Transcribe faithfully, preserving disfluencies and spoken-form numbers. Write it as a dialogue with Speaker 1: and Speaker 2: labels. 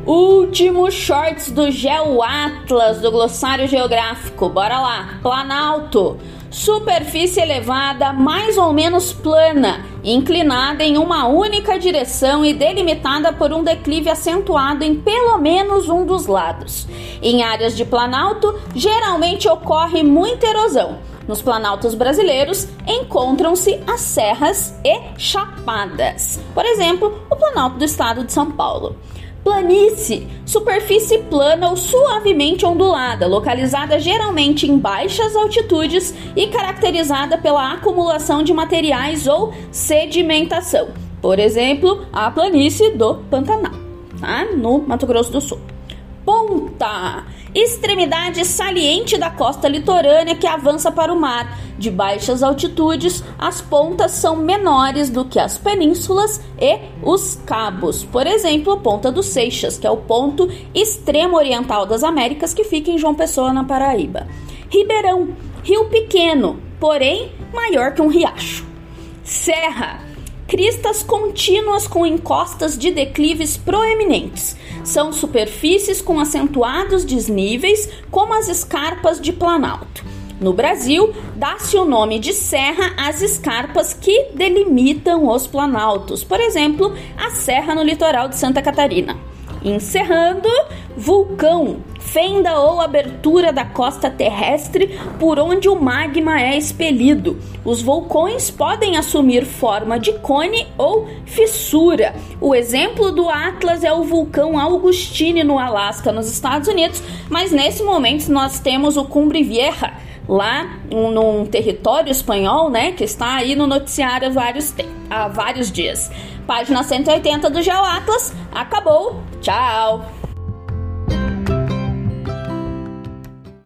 Speaker 1: Último shorts do GeoAtlas, do Glossário Geográfico. Bora lá. Planalto. Superfície elevada, mais ou menos plana, inclinada em uma única direção e delimitada por um declive acentuado em pelo menos um dos lados. Em áreas de planalto, geralmente ocorre muita erosão. Nos planaltos brasileiros, encontram-se as serras e chapadas. Por exemplo, o Planalto do Estado de São Paulo. Planície, superfície plana ou suavemente ondulada, localizada geralmente em baixas altitudes e caracterizada pela acumulação de materiais ou sedimentação. Por exemplo, a planície do Pantanal, tá? No Mato Grosso do Sul. Ponta, extremidade saliente da costa litorânea que avança para o mar. De baixas altitudes, as pontas são menores do que as penínsulas e os cabos. Por exemplo, a Ponta dos Seixas, que é o ponto extremo oriental das Américas, que fica em João Pessoa, na Paraíba. Ribeirão, rio pequeno, porém maior que um riacho. Serra, cristas contínuas com encostas de declives proeminentes. São superfícies com acentuados desníveis, como as escarpas de planalto. No Brasil, dá-se o nome de serra às escarpas que delimitam os planaltos. Por exemplo, a serra no litoral de Santa Catarina. Encerrando, vulcão, fenda ou abertura da costa terrestre por onde o magma é expelido. Os vulcões podem assumir forma de cone ou fissura. O exemplo do Atlas é o vulcão Augustine no Alasca, nos Estados Unidos, mas nesse momento nós temos o Cumbre Vieja, lá um, num território espanhol, né, que está aí no noticiário há vários, te- há vários dias. Página cento e oitenta do GeoAtlas, acabou, tchau!